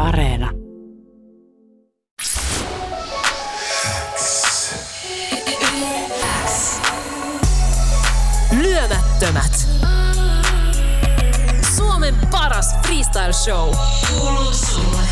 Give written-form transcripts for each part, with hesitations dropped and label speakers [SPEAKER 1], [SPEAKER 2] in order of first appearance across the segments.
[SPEAKER 1] Areena. Lyömättömät. Suomen paras freestyle show. Kuuluu sulle.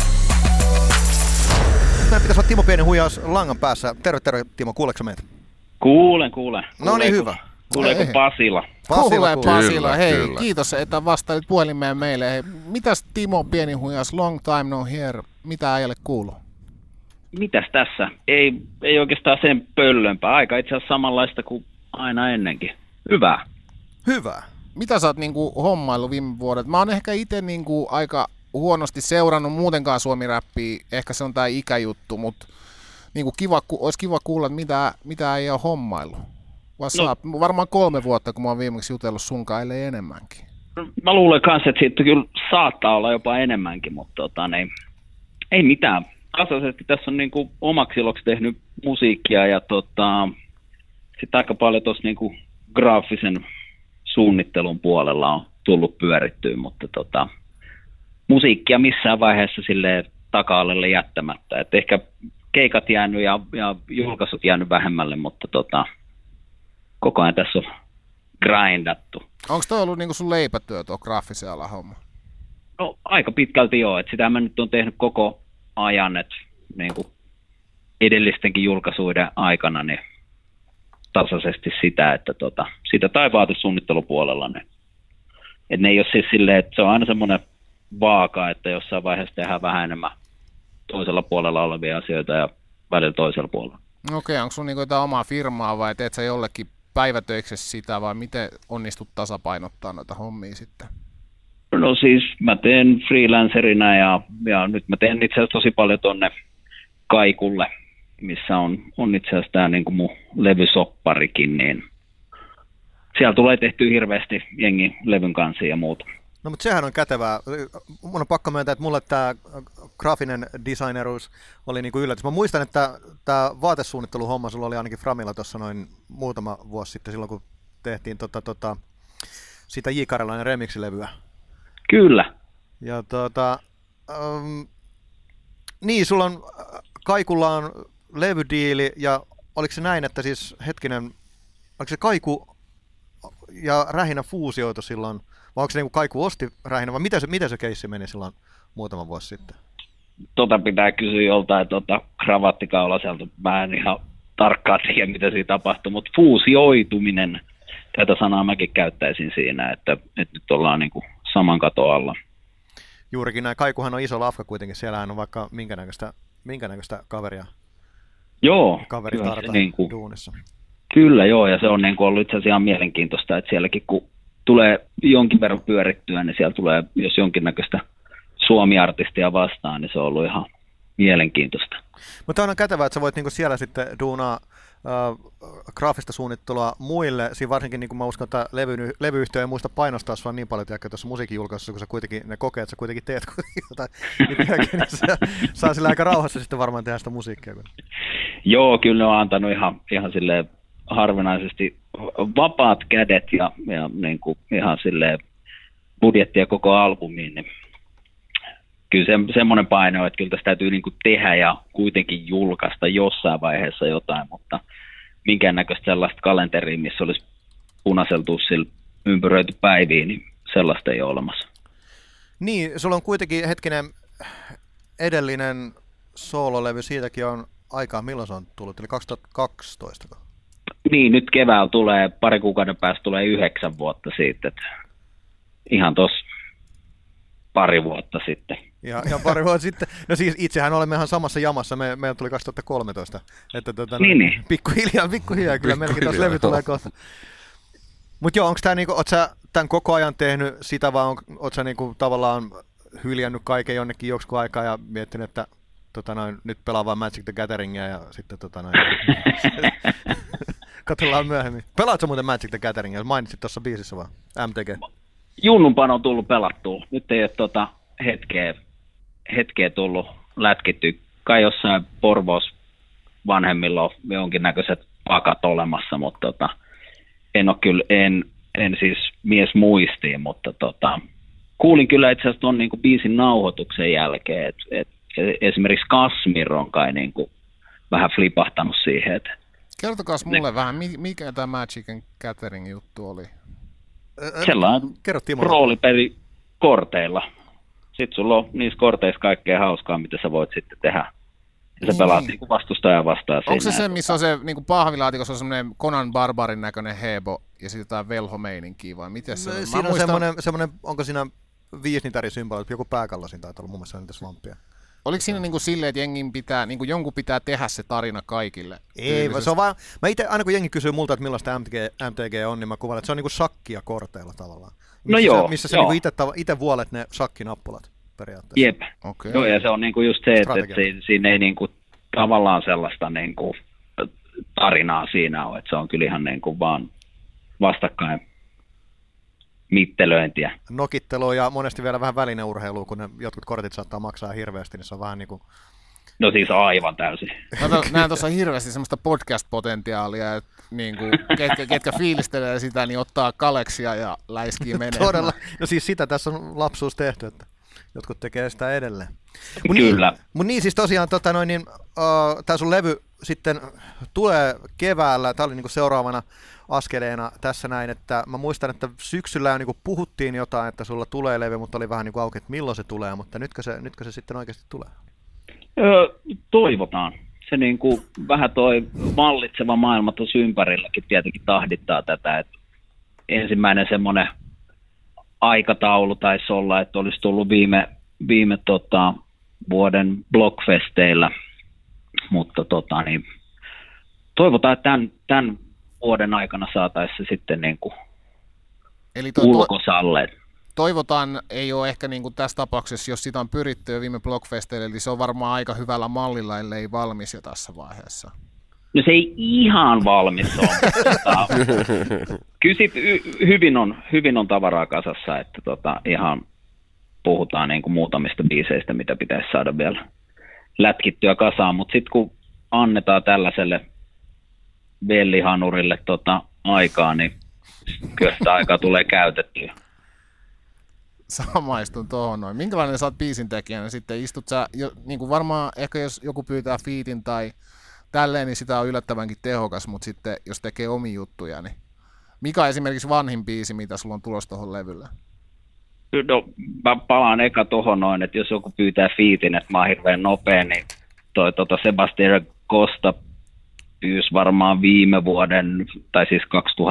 [SPEAKER 2] Meidän pitäisi olla Timo Pieni huijaus langan päässä. Terve Timo, kuuleeko meitä?
[SPEAKER 3] Kuulen.
[SPEAKER 2] No niin, hyvä.
[SPEAKER 3] Kuuleeko Pasila?
[SPEAKER 4] Kuulee Pasila.
[SPEAKER 2] Kyllä,
[SPEAKER 4] Hei,
[SPEAKER 2] kyllä.
[SPEAKER 4] kiitos, että vastailit puhelimeen meille. Hei, mitäs Timo Pieni huijaus, long time no here, mitä äijälle kuuluu?
[SPEAKER 3] Mitäs tässä? Ei oikeastaan sen pöllömpää. Aika itse asiassa samanlaista kuin aina ennenkin. Hyvä.
[SPEAKER 2] Hyvä.
[SPEAKER 4] Mitä sä oot hommailu viime vuodet? Mä oon ehkä itse aika huonosti seurannut muutenkaan suomi-räppiä. Ehkä se on tää ikäjuttu, mutta olisi kiva kuulla, että mitä ei ole hommailu. Varmaan 3 vuotta, kun mä oon viimeksi jutellut sunkaan, ellei enemmänkin.
[SPEAKER 3] Mä luulen kanssa, että siitä kyllä saattaa olla jopa enemmänkin, mutta ei mitään. Tasaisesti tässä on omaksi iloksi tehnyt musiikkia ja sitten aika paljon tuossa graafisen suunnittelun puolella on tullut pyörittyä, mutta musiikkia missään vaiheessa silleen taka-alelle jättämättä. Et ehkä keikat jäänyt ja julkaisut jäänyt vähemmälle, mutta koko ajan tässä on grindattu.
[SPEAKER 4] Onko toi ollut sun leipätyö tuo graafisen alan homma?
[SPEAKER 3] No aika pitkälti joo, että sitä mä nyt on tehnyt koko ajan, että edellistenkin julkaisuiden aikana niin tasaisesti sitä, että sitä tai vaatesuunnittelupuolella. Niin. Et ne ei ole siis silleen, että se on aina semmoinen vaaka, että jossain vaiheessa tehdään vähän enemmän toisella puolella olevia asioita ja välillä toisella puolella.
[SPEAKER 4] Okei, onko sun jotain omaa firmaa vai teet sä jollekin päivätöiksi sitä vai miten onnistut tasapainottaa noita hommia sitten?
[SPEAKER 3] No siis mä teen freelancerina ja nyt mä teen itse asiassa tosi paljon tonne Kaikulle, missä on itse asiassa tää mun levysopparikin, niin siellä tulee tehtyä hirveästi jengi levyn kanssa ja muuta.
[SPEAKER 2] No mutta sehän on kätevää. Mun on pakko myöntää, että mulle tämä graafinen designeruus oli yllätys. Mä muistan, että tämä vaatesuunnitteluhomma sulla oli ainakin Framilla tuossa noin muutama vuosi sitten silloin, kun tehtiin sitä J. Karjalainen remixilevyä.
[SPEAKER 3] Kyllä.
[SPEAKER 2] Ja niin, sulla on Kaikulla on levydiili ja oliko se näin, että siis oliko se Kaiku ja Rähinä fuusioitu silloin? Vai onko se Kaiku osti Rähinä, vai miten se keissi meni silloin muutama vuosi sitten?
[SPEAKER 3] Pitää kysyä joltain kravattikaulaselta. Mä en ihan tarkkaan tiedä, mitä siinä tapahtui, mutta fuusioituminen, tätä sanaa mäkin käyttäisin siinä, että nyt ollaan saman katon alla.
[SPEAKER 2] Juurikin näin. Kaikuhan on iso lafka kuitenkin, siellähän on vaikka minkä näköistä kaveria.
[SPEAKER 3] Joo.
[SPEAKER 2] Kaveritarta duunissa.
[SPEAKER 3] Kyllä joo, ja se on ollut itse asiassa ihan mielenkiintoista, että sielläkin kun tulee jonkin verran pyörittyä, niin siellä tulee, jos jonkinnäköistä Suomi-artistia vastaan, niin se on ollut ihan mielenkiintoista.
[SPEAKER 2] Mutta on kätevää, että sä voit siellä sitten duunaa graafista suunnittelua muille, siinä varsinkin mä uskon, että levyyhtiö ei muista painostaa sua niin paljon tuossa musiikin julkaisussa, kun sä kuitenkin, ne kokee, että sä kuitenkin teet jotain, niin saa sillä aika rauhassa sitten varmaan tehdä sitä musiikkia.
[SPEAKER 3] Joo, kyllä ne on antanut ihan silleen harvinaisesti vapaat kädet ja ihan silleen budjettia koko albumiin, niin kyllä semmoinen paino, että kyllä tästä täytyy tehdä ja kuitenkin julkaista jossain vaiheessa jotain, mutta minkäännäköistä sellaista kalenteria, missä olisi punaisella tussilla ympyröity päiviä, niin sellaista ei ole olemassa.
[SPEAKER 2] Niin, sulla on kuitenkin edellinen soololevy, siitäkin on aikaa, milloin se on tullut, eli 2012?
[SPEAKER 3] Niin, nyt keväällä tulee, 2 kuukauden päästä tulee 9 vuotta siitä, että ihan tuossa 2 vuotta sitten.
[SPEAKER 2] Ja 2 vuotta sitten. No siis itsehän olemme ihan samassa jamassa, meillä tuli 2013, että
[SPEAKER 3] niin.
[SPEAKER 2] Pikkuhiljaa kyllä melkein taas levy tulee kohta. Mutta joo, onko tämä oot sä tämän koko ajan tehnyt sitä, vai oot sä tavallaan hyljännyt kaiken jonnekin joksikin aikaa ja miettinyt, että nyt pelaa vaan Magic the Gatheringia ja sitten katsellaan myöhemmin. Pelaatko muuten Magic the Gatheringia? Mainitsit tuossa biisissä vaan, MTG.
[SPEAKER 3] Junnunpano on tullut pelattua. Nyt ei ole hetkeä tullut lätkitty. Kai jossain Porvoos vanhemmilla on jonkinnäköiset pakat olemassa, mutta en ole kyllä, en siis mies muistiin, mutta kuulin kyllä itse asiassa tuon niin kuin biisin nauhoituksen jälkeen, että esimerkiksi Kashmir on kai niin kuin vähän flipahtanut siihen. Että
[SPEAKER 4] kertokaas mulle vähän, mikä tämä Magic and Gathering juttu oli?
[SPEAKER 3] Sellainen roolipeli korteilla. Sitten sulla on niissä korteissa kaikkea hauskaa, mitä sä voit sitten tehdä. Ja sä pelaat niin vastustajan vastaan.
[SPEAKER 4] Onko se missä on se niin pahvilaatikossa on semmoinen Conan Barbarin näköinen hebo ja sitten jotain velhomeininkiä vai miten se on?
[SPEAKER 2] Siinä on semmoinen, onko siinä 5 nitärisymboli, joku pääkallasin taitaa olla mun mielestä niitä svampia.
[SPEAKER 4] Oliko siinä niin kuin silleen, että jengin pitää, niin kuin jonkun pitää tehdä se tarina kaikille?
[SPEAKER 2] Ei, se on vaan, mä itse, aina kun jengi kysyy multa, että millaista MTG on, niin mä kuvailen, että se on niin kuin shakkia korteilla tavallaan. Missä sä niin itse vuolet ne shakkinappulat periaatteessa.
[SPEAKER 3] Jep, okay. Joo, ja se on niin kuin just se, että siinä ei niin kuin tavallaan sellaista niin kuin tarinaa siinä ole, että se on kyllä ihan niin kuin vaan vastakkain mittelöintiä.
[SPEAKER 2] Nokittelua ja monesti vielä vähän välineurheilua, kun ne jotkut kortit saattaa maksaa hirveästi, niin se on vähän niin kuin...
[SPEAKER 3] No siis aivan täysin.
[SPEAKER 4] Näen tuossa hirveästi semmoista podcast-potentiaalia, että niin kuin, ketkä fiilistelee sitä, niin ottaa kaleksia ja läiskii menemään.
[SPEAKER 2] Todella. No siis sitä tässä on lapsuus tehty, että jotkut tekee sitä edelleen.
[SPEAKER 3] Kyllä.
[SPEAKER 2] Niin siis tosiaan tämä sun levy sitten tulee keväällä, tämä oli niinku seuraavana askeleena tässä näin, että mä muistan, että syksyllä jo niinku puhuttiin jotain, että sulla tulee levy, mutta oli vähän niinku auki, että milloin se tulee, mutta nytkö se sitten oikeasti tulee?
[SPEAKER 3] Toivotaan. Se niinku vähän toi vallitseva maailma tuossa ympärilläkin tietenkin tahdittaa tätä, että ensimmäinen semmoinen aikataulu taisi olla, että olisi tullut viime vuoden Blockfesteillä, mutta niin, toivotaan, että tämän vuoden aikana saataisiin se sitten niin kuin ulkosalle.
[SPEAKER 4] Toivotaan, ei ole ehkä niin kuin tässä tapauksessa, jos sitä on pyritty jo viime Blockfesteillä, eli se on varmaan aika hyvällä mallilla, ellei valmis jo tässä vaiheessa.
[SPEAKER 3] No se ei ihan valmis ole. Kyllä hyvin on tavaraa kasassa, että ihan puhutaan niin kuin muutamista biiseistä, mitä pitäisi saada vielä lätkittyä kasaan, mutta sitten kun annetaan tällaiselle vellihanurille aikaa, niin kyllä sitä aikaa tulee käytettyä.
[SPEAKER 4] Samaistun tuohon noin. Minkälainen sä oot biisintekijänä sitten? Istut sä, niin kuin varmaan ehkä jos joku pyytää featin tai tälleen, niin sitä on yllättävänkin tehokas, mutta sitten jos tekee omia juttuja, niin mikä on esimerkiksi vanhin biisi, mitä sulla on tulossa tuohon levylle?
[SPEAKER 3] No, mä palaan eka tuohon noin, että jos joku pyytää featin, että mä oon hirveän nopea, niin Sebastian Costa pyysi varmaan viime vuoden, tai siis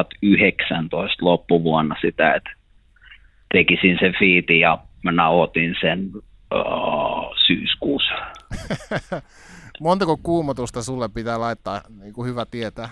[SPEAKER 3] 2019 loppuvuonna sitä, että tekisin sen featin ja mä nauhoitin sen syyskuussa.
[SPEAKER 4] Montako kuumotusta sulle pitää laittaa, niin kuin hyvä tietää?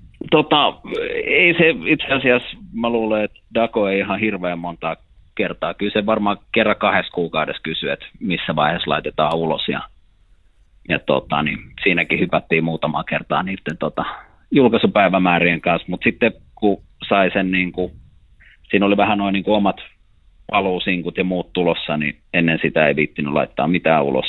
[SPEAKER 3] Ei se itse asiassa, mä luulen, että Dako ei ihan hirveän montaa kertaa. Kyllä se varmaan kerran 2 kuukaudessa kysyy, että missä vaiheessa laitetaan ulos. Ja niin siinäkin hypättiin muutamaa kertaa niiden julkaisupäivämäärien kanssa, mutta sitten kun sai sen, niin kuin, siinä oli vähän noin niin kuin omat paluusinkut ja muut tulossa, niin ennen sitä ei viittinyt laittaa mitään ulos,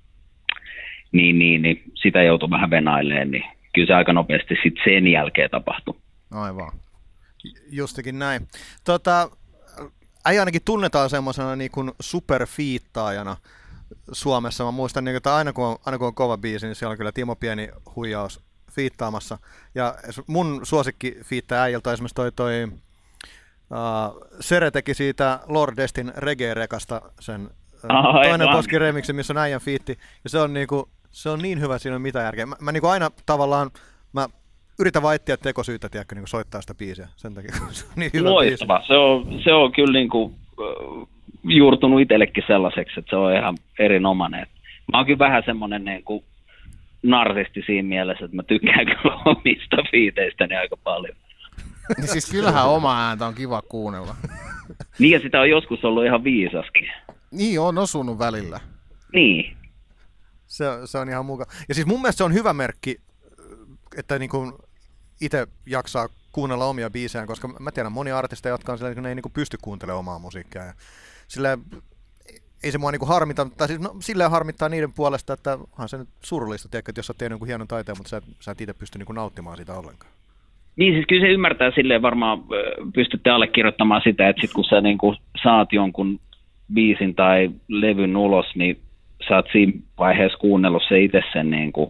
[SPEAKER 3] niin sitä joutui vähän venailemaan, niin kyllä se aika nopeasti sitten sen jälkeen tapahtui.
[SPEAKER 4] Aivan.
[SPEAKER 2] Justikin näin. Äijä ainakin tunnetaan semmoisena niin kuin superfiittaajana Suomessa. Mä muistan, että aina kun on kova biisi, niin siellä on kyllä Timo Pieni huijaus fiittaamassa. Ja mun suosikki fiittää äijältä esimerkiksi toi Sere teki siitä Lord Destin reggae-rekasta sen toinen poski remixi, missä on äijän fiitti. Ja se on niin hyvä, siinä on mitään järkeä. Mä niin kuin aina tavallaan, mä yritän vaan etsiä tekosyyttä, tiedätkö, niin kuin soittaa sitä biisiä. Sen takia, kun se on niin hyvä
[SPEAKER 3] loistava. Biisi. Se on kyllä niin kuin, juurtunut itsellekin sellaiseksi, että se on ihan erinomainen. Mä oon kyllä vähän semmoinen niin kuin narsisti siinä mielessä, että mä tykkään kyllä omista fiiteistäni aika paljon.
[SPEAKER 4] Niin siis kyllähän oma ääntä on kiva kuunnella.
[SPEAKER 3] Niin ja sitä on joskus ollut ihan viisaskin.
[SPEAKER 4] Niin, on osunut välillä.
[SPEAKER 3] Niin.
[SPEAKER 2] Se on ihan mukava. Ja siis mun mielestä se on hyvä merkki, että niin kuin itse jaksaa kuunnella omia biisejään, koska mä tiedän monia artisteja, jotka on sillä, että ne ei niin kuin pysty kuuntelemaan omaa musiikkia. Ja sillä ei se mua niin kuin harmita, tai siis silleen harmittaa niiden puolesta, että onhan se nyt surullista, tiedätkö, että jos sä oot tehnyt jonkun hienon taiteen, mutta sä et itse pysty niin kuin nauttimaan siitä ollenkaan.
[SPEAKER 3] Niin siis kyllä se ymmärtää silleen, varmaan pystytte allekirjoittamaan sitä, että sit kun sä niin kuin saat jonkun biisin tai levyn ulos, niin sä oot siinä vaiheessa kuunnellut se itse sen niin kuin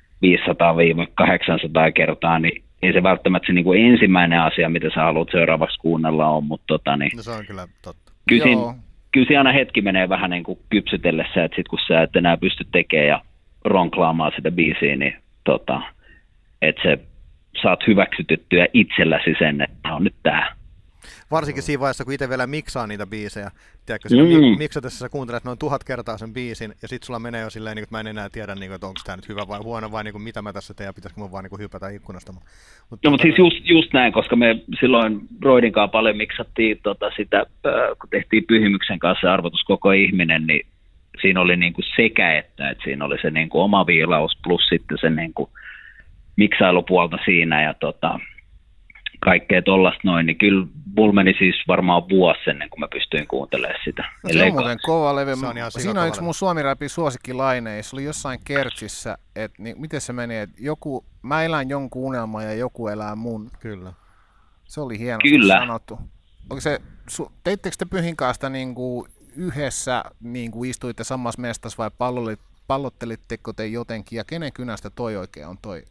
[SPEAKER 3] 500-800 kertaa, niin ei se välttämättä se niin kuin ensimmäinen asia, mitä sä haluat seuraavaksi kuunnella on, mutta
[SPEAKER 2] No se on kyllä totta.
[SPEAKER 3] Kyllä siinä aina hetki menee vähän niin kuin kypsytellessä, että sit kun sä et enää pysty tekemään ja ronklaamaan sitä biisiä, niin että se saat hyväksytyttyä itselläsi sen, että on nyt tää.
[SPEAKER 2] Varsinkin siinä vaiheessa, kun itse vielä miksaa niitä biisejä. Tiedätkö, miksatessa sä kuuntelet noin 1000 kertaa sen biisin, ja sit sulla menee jo silleen, että mä en enää tiedä, että onko tämä nyt hyvä vai huono, vai mitä mä tässä teen, ja pitäisikö mun vaan hypätä ikkunasta.
[SPEAKER 3] Mutta siis just näin, koska me silloin Broidin kanssa paljon miksattiin sitä, kun tehtiin Pyhimyksen kanssa arvotus koko ihminen, niin siinä oli niin kuin sekä että siinä oli se niin kuin oma viilaus plus sitten se niin kuin miksailupuolta siinä, ja kaikkea tollasta noin, niin kyllä mulla meni siis varmaan vuosi ennen kuin mä pystyin kuuntelemaan sitä.
[SPEAKER 4] No, se on muuten kova levy. Siinä on yksi mun Suomi-räpin suosikkilaineja. Se oli jossain Kertsissä, että niin, miten se meni, että mä elän jonkun unelman ja joku elää mun.
[SPEAKER 2] Kyllä.
[SPEAKER 4] Se oli hienosti sanottu. Teittekö te Pyhin kanssa niin kuin yhdessä, niin kuin istuitte samassa mestassa vai pallottelitteko te jotenkin, ja kenen kynästä toi oikein on toi?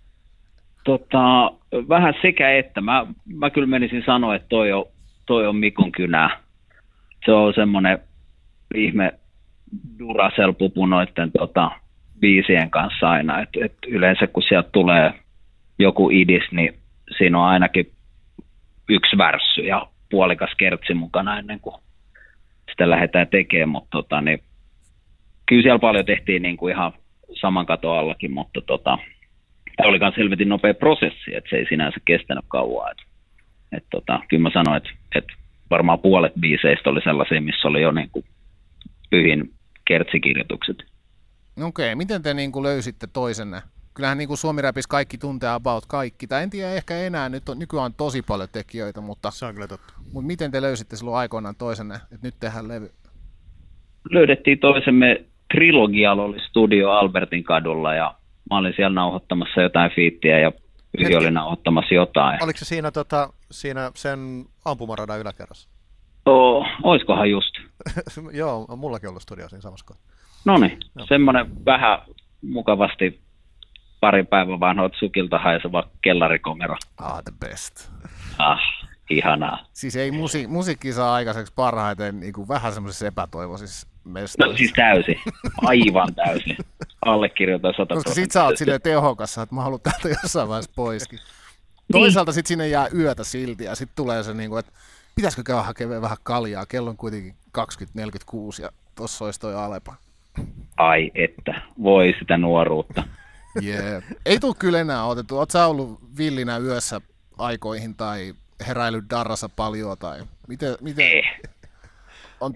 [SPEAKER 3] Vähän sekä että. Mä kyllä menisin sanoa, että toi on Mikon kynä. Se on semmoinen ihme Duracell-pupu noitten biisien kanssa aina. Et yleensä kun sieltä tulee joku idis, niin siinä on ainakin yksi värssy ja puolikas kertsi mukana ennen kuin sitä lähdetään tekemään. Mutta niin, kyllä siellä paljon tehtiin niin kuin ihan saman katon allakin, mutta tämä oli myös helvetin nopea prosessi, että se ei sinänsä kestänyt kauan. Kyllä mä sanoin, että varmaan puolet biiseistä oli sellaisia, missä oli jo niin kuin Pyhin kertsikirjoitukset.
[SPEAKER 4] Okei, miten te niin kuin löysitte toisenne? Kyllähän niin kuin Suomi-räpissä kaikki tuntee about kaikki. Tai en tiedä, ehkä enää, nykyään on tosi paljon tekijöitä, mutta,
[SPEAKER 2] se on kyllä totta.
[SPEAKER 4] Mutta miten te löysitte silloin aikoinaan toisenne, että nyt tehdään levy?
[SPEAKER 3] Löydettiin toisemme Trilogialla, oli studio Albertin kadulla, ja mä olin siellä nauhoittamassa jotain fiittiä ja Pyhi oli nauhoittamassa jotain.
[SPEAKER 2] Oliko se siinä sen ampumaradan yläkerrassa?
[SPEAKER 3] Oiskohan just.
[SPEAKER 2] Joo, on mullakin ollut studio siinä samassa kohdassa.
[SPEAKER 3] Noniin, semmoinen vähän mukavasti parin päivän vanhoit sukilta haiseva kellarikomero.
[SPEAKER 4] The best.
[SPEAKER 3] Ihanaa.
[SPEAKER 4] Siis ei musiikki saa aikaiseksi parhaiten niin kuin vähän semmoisissa epätoivoisissa mestoissa.
[SPEAKER 3] No siis täysin, aivan täysin. Allekirjoitan 100%.
[SPEAKER 4] Koska sit sä oot silleen tehokassa, että mä haluan täältä jossain vaiheessa poiskin. Toisaalta sit sinne jää yötä silti ja sit tulee se niinku, että pitäisikö käydä hakemaan vähän kaljaa. Kello on kuitenkin 20.46 ja tossa olisi toi Alepa.
[SPEAKER 3] Ai että, voi sitä nuoruutta.
[SPEAKER 4] Yeah. Ei tule kyllä enää otettu. Oot sä ollut villinä yössä aikoihin tai heräillyt darrassa paljon tai miten on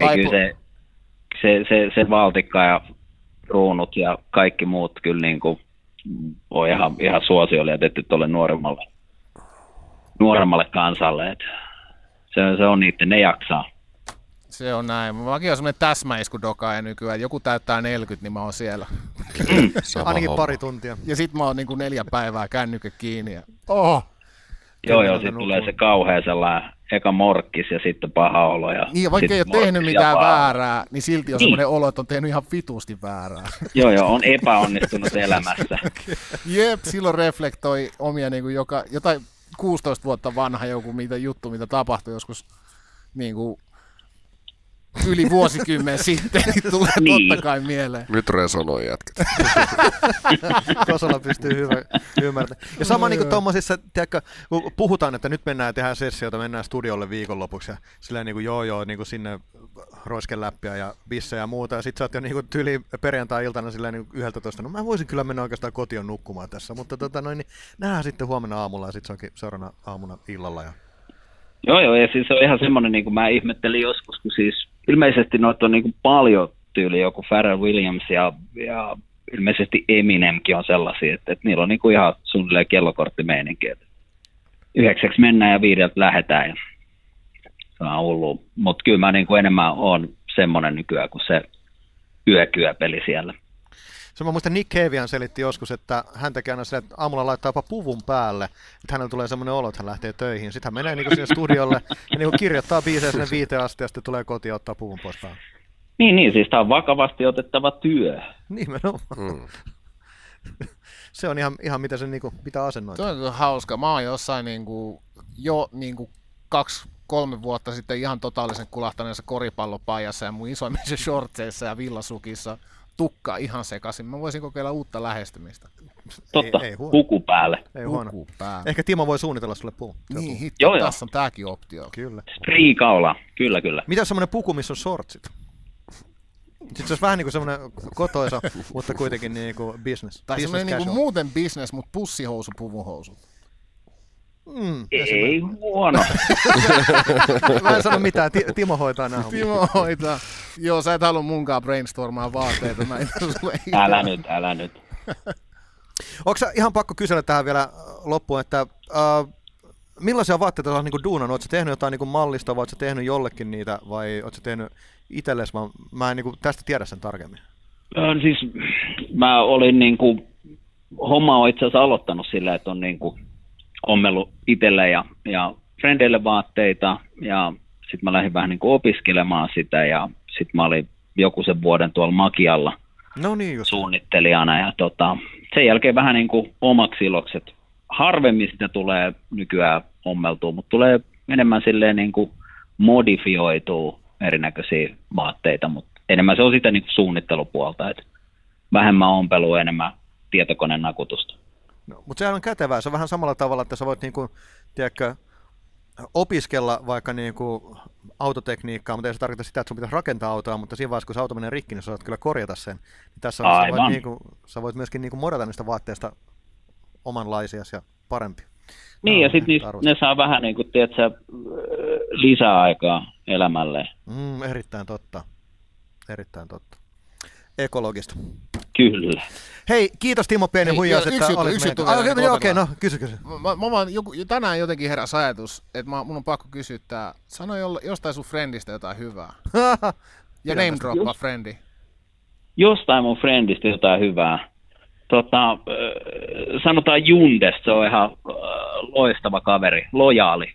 [SPEAKER 3] se valtikka ja kruunut ja kaikki muut kyllä niin kuin on ihan suosiolle jätetty tuolle nuoremmalle kansalle. Et se on niitä, ne jaksaa.
[SPEAKER 4] Se on näin. Mäkin on semmoinen täsmäiskudoka ja nykyään joku täyttää 40, niin mä oon siellä.
[SPEAKER 2] Ainakin pari tuntia.
[SPEAKER 4] Ja sit mä oon niin kuin 4 päivää kännykkä kiinni. Ja...
[SPEAKER 3] Joo, sit tulee se kauhea sellainen eka morkkis ja sitten paha olo. Ja
[SPEAKER 4] niin, vaikka ei ole tehnyt mitään väärää, niin silti on semmoinen olo, että on tehnyt ihan vitusti väärää.
[SPEAKER 3] Joo, on epäonnistunut elämässä.
[SPEAKER 4] Jep, silloin reflektoi omia niin kuin jotain 16 vuotta vanha joku juttu, mitä tapahtui joskus niin kuin yli vuosikymmen sitten, niin tulee totta kai mieleen.
[SPEAKER 5] Nyt resonoi jätket.
[SPEAKER 2] Kosola pystyy ymmärtämään. Ja sama niin kuin tuommoisissa, tiedätkö, kun puhutaan, että nyt mennään ja tehdään sessiota, mennään studiolle viikonlopuksi ja silleen niin kuin niin kuin sinne roiskeläppiä ja bissejä ja muuta. Ja sit sä oot jo niin kuin tyyli perjantai-iltana silleen niin 11. No mä voisin kyllä mennä oikeastaan kotiin nukkumaan tässä, mutta niin nähdään sitten huomenna aamulla ja sit se onkin seuraavana aamuna illalla.
[SPEAKER 3] Joo, ja siis se on ihan semmoinen, niin kuin mä ihmettelin joskus, kun siis ilmeisesti noita on niin kuin paljon tyyli, joku Pharrell Williams ja ilmeisesti Eminemkin on sellaisia, että niillä on niin kuin ihan suunnilleen kellokorttimeininki, että 9 mennään ja 5 lähdetään ja se on hullu, mutta kyllä mä niin kuin enemmän on semmoinen nykyään kuin se yökyöpeli siellä.
[SPEAKER 2] Se mä muistan, Nick Cavean selitti joskus, että hän tekee aina sille, että aamulla laittaa jopa puvun päälle, että hänellä tulee semmoinen olo, että hän lähtee töihin. Sitten hän menee niin sinne studiolle ja niin kirjoittaa biisejä sinne 5 asti ja sitten tulee kotiin ja ottaa puvun pois päälle.
[SPEAKER 3] Niin, siis tämä on vakavasti otettava työ.
[SPEAKER 2] Nimenomaan. Se on ihan mitä se niinku pitää asennoida.
[SPEAKER 4] Tuo on hauska. Mä oon jossain jo 2-3 vuotta sitten ihan totaalisen kulahtaneessa koripallopajassa ja mun isoimmissa shortseissa ja villasukissa tukka ihan sekaisin. Mä voisin kokeilla uutta lähestymistä.
[SPEAKER 3] Totta, puku päälle.
[SPEAKER 2] Ei huono. Ehkä Timo voi suunnitella sulle puun.
[SPEAKER 4] Niin, hitto, tässä on tääkin optio.
[SPEAKER 2] Kyllä.
[SPEAKER 3] Striikaula, kyllä.
[SPEAKER 2] Mitä semmoinen puku, missä on shortsit? Sitten se olisi vähän niin kuin semmoinen kotoisa, mutta kuitenkin niin kuin business.
[SPEAKER 4] Tai semmoinen niin kuin muuten business, mutta pussihousu, puvunhousut.
[SPEAKER 3] Ei huono.
[SPEAKER 2] Mä en sano mitään, Timo hoitaa nämä.
[SPEAKER 4] Timo hoitaa. Joo, sä et halua munkaan brainstormaa vaatteita.
[SPEAKER 3] Älä nyt.
[SPEAKER 2] Onko sä ihan pakko kysellä tähän vielä loppuun, että millaisia vaatteita sä oot niin duunannut? Ootko sä tehnyt jotain niin mallista, vai ootko sä tehnyt jollekin niitä, vai ootko sä tehnyt itsellesi, vaan mä en niin tästä tiedä sen tarkemmin.
[SPEAKER 3] Siis mä olin homma on itse asiassa aloittanut sillä, että on ommellut itselle ja frendeille vaatteita, ja sitten mä lähdin vähän opiskelemaan sitä, ja sitten mä olin joku sen vuoden tuolla Makialla suunnittelijana, ja sen jälkeen vähän omaksi ilokset. Harvemmin sitä tulee nykyään ommeltua, mutta tulee enemmän silleen modifioituu erinäköisiä vaatteita, mutta enemmän se on sitä suunnittelupuolta, että vähemmän ompelua, enemmän tietokoneen nakutusta.
[SPEAKER 2] No, mutta sehän on kätevää. Se on vähän samalla tavalla, että sä voit opiskella vaikka autotekniikkaa, mutta ei se tarkoita sitä, että sun pitäisi rakentaa autoa, mutta siinä vaiheessa, kun se auto menee rikki, niin sä saat kyllä korjata sen. Niin tässä sä voit myöskin modata niistä vaatteista omanlaisiasi ja parempia.
[SPEAKER 3] Niin, ja sitten ne saa vähän lisäaikaa elämälleen.
[SPEAKER 2] Erittäin totta. Ekologista.
[SPEAKER 3] Kyllä.
[SPEAKER 2] Hei, kiitos Timo Pieni Huijaus, että olit meitä. Okei, kysy.
[SPEAKER 4] Tänään jotenkin heräs ajatus, että mun on pakko kysyä tää. Sano jostain sun friendistä jotain hyvää. Ja name droppa friendi.
[SPEAKER 3] Jostain mun friendistä jotain hyvää. Sanotaan Jundesta, se on ihan loistava kaveri, lojaali.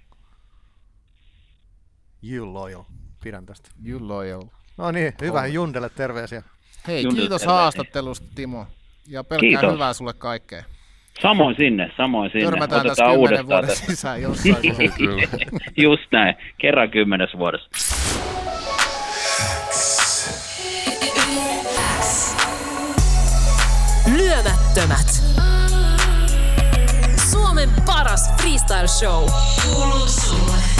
[SPEAKER 2] You loyal, pidän tästä.
[SPEAKER 4] You loyal.
[SPEAKER 2] No niin, hyvä Jundelle terveisiä.
[SPEAKER 4] Hei, kiitos haastattelusta Timo, ja pelkkää hyvää sulle kaikkea.
[SPEAKER 3] Samoin sinne.
[SPEAKER 4] Törmätään tässä 10 vuoden sisään jossain.
[SPEAKER 3] Just näin, kerran 10 vuodessa.
[SPEAKER 1] Lyömättömät. Suomen paras freestyle show. Kuuluu sulle.